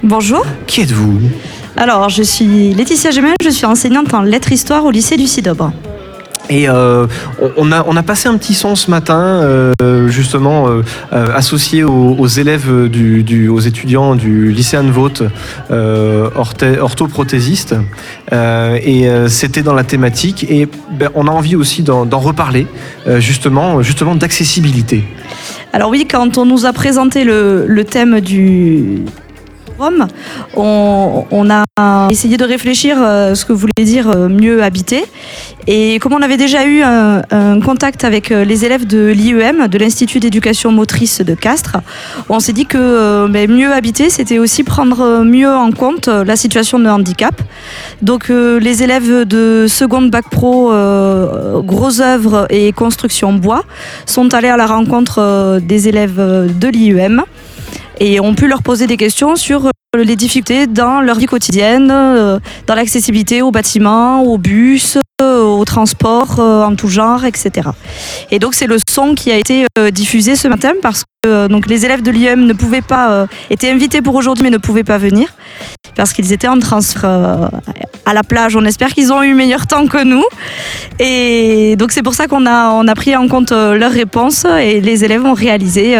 Bonjour. Qui êtes-vous ? Alors, je suis Laetitia Gemel, je suis enseignante en lettres histoire au lycée du Sidobre. Et on a passé un petit son ce matin, justement associé aux élèves, aux étudiants du lycée Anne Vaute, orthoprothésistes. Et c'était dans la thématique. Et on a envie aussi d'en reparler, justement d'accessibilité. Alors oui, quand on nous a présenté le thème du forum, on a essayé de réfléchir à ce que voulait dire mieux habiter. Et comme on avait déjà eu un contact avec les élèves de l'IEM, de l'Institut d'éducation motrice de Castres, on s'est dit que mieux habiter, c'était aussi prendre mieux en compte la situation de handicap. Donc les élèves de seconde bac pro, gros œuvres et construction bois, sont allés à la rencontre des élèves de l'IEM et ont pu leur poser des questions sur les difficultés dans leur vie quotidienne, dans l'accessibilité aux bâtiments, aux bus, au transport en tout genre, etc. Et donc c'est le son qui a été diffusé ce matin parce que donc les élèves de l'IEM ne pouvaient pas, étaient invités pour aujourd'hui mais ne pouvaient pas venir parce qu'ils étaient en transfert à la plage. On espère qu'ils ont eu meilleur temps que nous. Et donc c'est pour ça qu'on a pris en compte leurs réponses et les élèves ont réalisé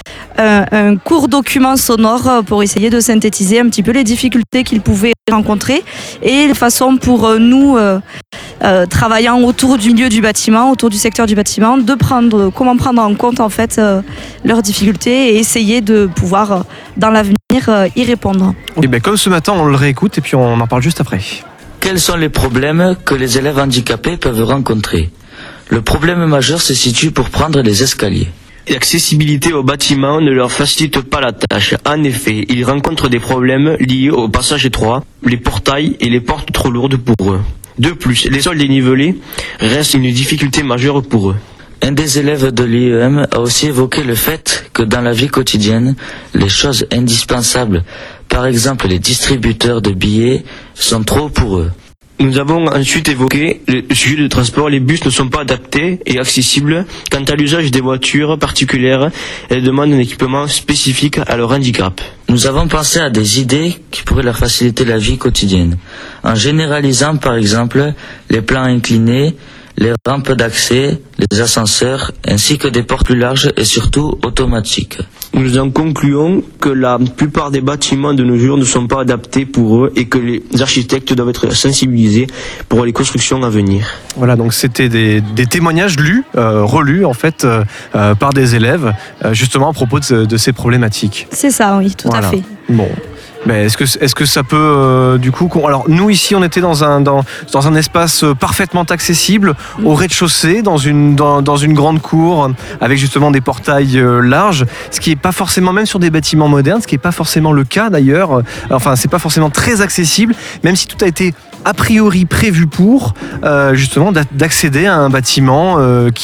un court document sonore pour essayer de synthétiser un petit peu les difficultés qu'ils pouvaient rencontrer et les façons pour nous, travaillant autour du milieu du bâtiment, autour du secteur du bâtiment, comment prendre en compte en fait leurs difficultés et essayer de pouvoir dans l'avenir y répondre. Et comme ce matin, on le réécoute et puis on en parle juste après. Quels sont les problèmes que les élèves handicapés peuvent rencontrer ? Le problème majeur se situe pour prendre les escaliers. L'accessibilité aux bâtiments ne leur facilite pas la tâche. En effet, ils rencontrent des problèmes liés au passage étroit, les portails et les portes trop lourdes pour eux. De plus, les sols dénivelés restent une difficulté majeure pour eux. Un des élèves de l'IEM a aussi évoqué le fait que dans la vie quotidienne, les choses indispensables, par exemple les distributeurs de billets, sont trop pour eux. Nous avons ensuite évoqué le sujet de transport. Les bus ne sont pas adaptés et accessibles. Quant à l'usage des voitures particulières, elles demandent un équipement spécifique à leur handicap. Nous avons pensé à des idées qui pourraient leur faciliter la vie quotidienne, en généralisant par exemple les plans inclinés, les rampes d'accès, les ascenseurs, ainsi que des portes plus larges et surtout automatiques. Nous en concluons que la plupart des bâtiments de nos jours ne sont pas adaptés pour eux et que les architectes doivent être sensibilisés pour les constructions à venir. Voilà, donc c'était des témoignages relus en fait par des élèves, justement à propos de ces problématiques. C'est ça, oui, tout à fait. Bon. Mais est-ce que ça peut du coup alors nous ici on était dans un espace parfaitement accessible au rez-de-chaussée dans une grande cour avec justement des portails larges, ce qui est pas forcément, même sur des bâtiments modernes, ce qui est pas forcément le cas d'ailleurs. Enfin, c'est pas forcément très accessible, même si tout a été a priori prévu pour justement d'accéder à un bâtiment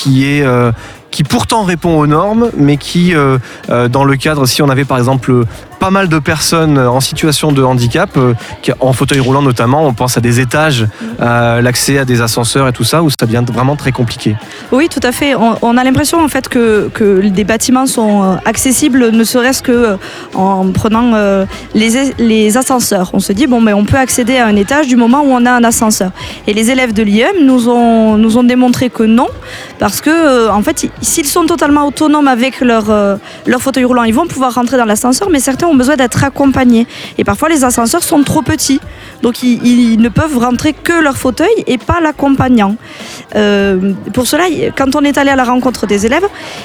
qui pourtant répond aux normes, mais qui, dans le cadre, si on avait par exemple pas mal de personnes en situation de handicap, en fauteuil roulant notamment, on pense à des étages, l'accès à des ascenseurs et tout ça, où ça devient vraiment très compliqué. Oui, tout à fait. On a l'impression en fait que des bâtiments sont accessibles, ne serait-ce que en prenant les ascenseurs. On se dit on peut accéder à un étage du moment où on a un ascenseur. Et les élèves de l'IEM nous ont démontré que non, parce que en fait, s'ils sont totalement autonomes avec leur fauteuil roulant, ils vont pouvoir rentrer dans l'ascenseur, mais certains ont besoin d'être accompagnés. Et parfois, les ascenseurs sont trop petits. Donc, ils ne peuvent rentrer que leur fauteuil et pas l'accompagnant. Pour cela, quand on est allé à la rencontre des élèves,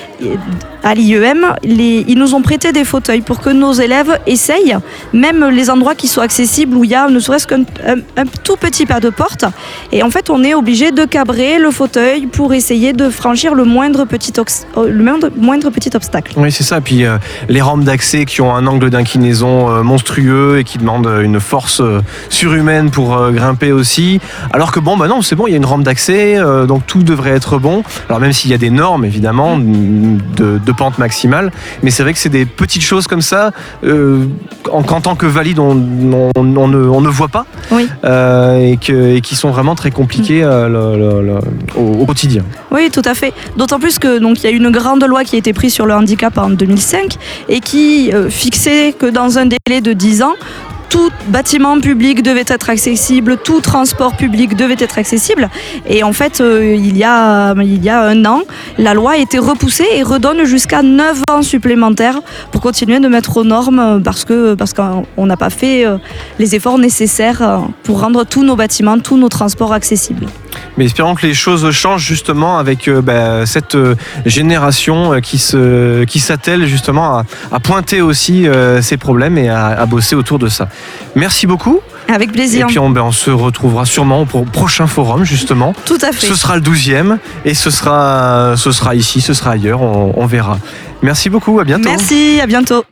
à l'IEM, ils nous ont prêté des fauteuils pour que nos élèves essayent, même les endroits qui sont accessibles où il y a ne serait-ce qu'un tout petit pas de porte. Et en fait, on est obligé de cabrer le fauteuil pour essayer de franchir le moindre petit obstacle. Oui, c'est ça. Puis les rampes d'accès qui ont un angle d'inclinaison monstrueux et qui demandent une force surhumaine pour grimper aussi. Alors que non, c'est bon, il y a une rampe d'accès, donc tout devrait être bon. Alors même s'il y a des normes, évidemment, de pente maximale. Mais c'est vrai que c'est des petites choses comme ça qu'en tant que valide on ne voit pas et qui sont vraiment très compliquées au quotidien. Oui, tout à fait. D'autant plus que donc il y a une grande loi qui a été prise sur le handicap en 2005 et qui fixait que dans un délai de 10 ans, tout bâtiment public devait être accessible, tout transport public devait être accessible. Et en fait, il y a 1 an, la loi a été repoussée et redonne jusqu'à 9 ans supplémentaires pour continuer de mettre aux normes parce qu'on n'a pas fait les efforts nécessaires pour rendre tous nos bâtiments, tous nos transports accessibles. Mais espérons que les choses changent justement avec cette génération qui s'attelle justement à pointer aussi ces problèmes et à bosser autour de ça. Merci beaucoup. Avec plaisir. Et puis on se retrouvera sûrement pour le prochain forum justement. Tout à fait. Ce sera le 12e et ce sera ici, ce sera ailleurs, on verra. Merci beaucoup, à bientôt. Merci, à bientôt.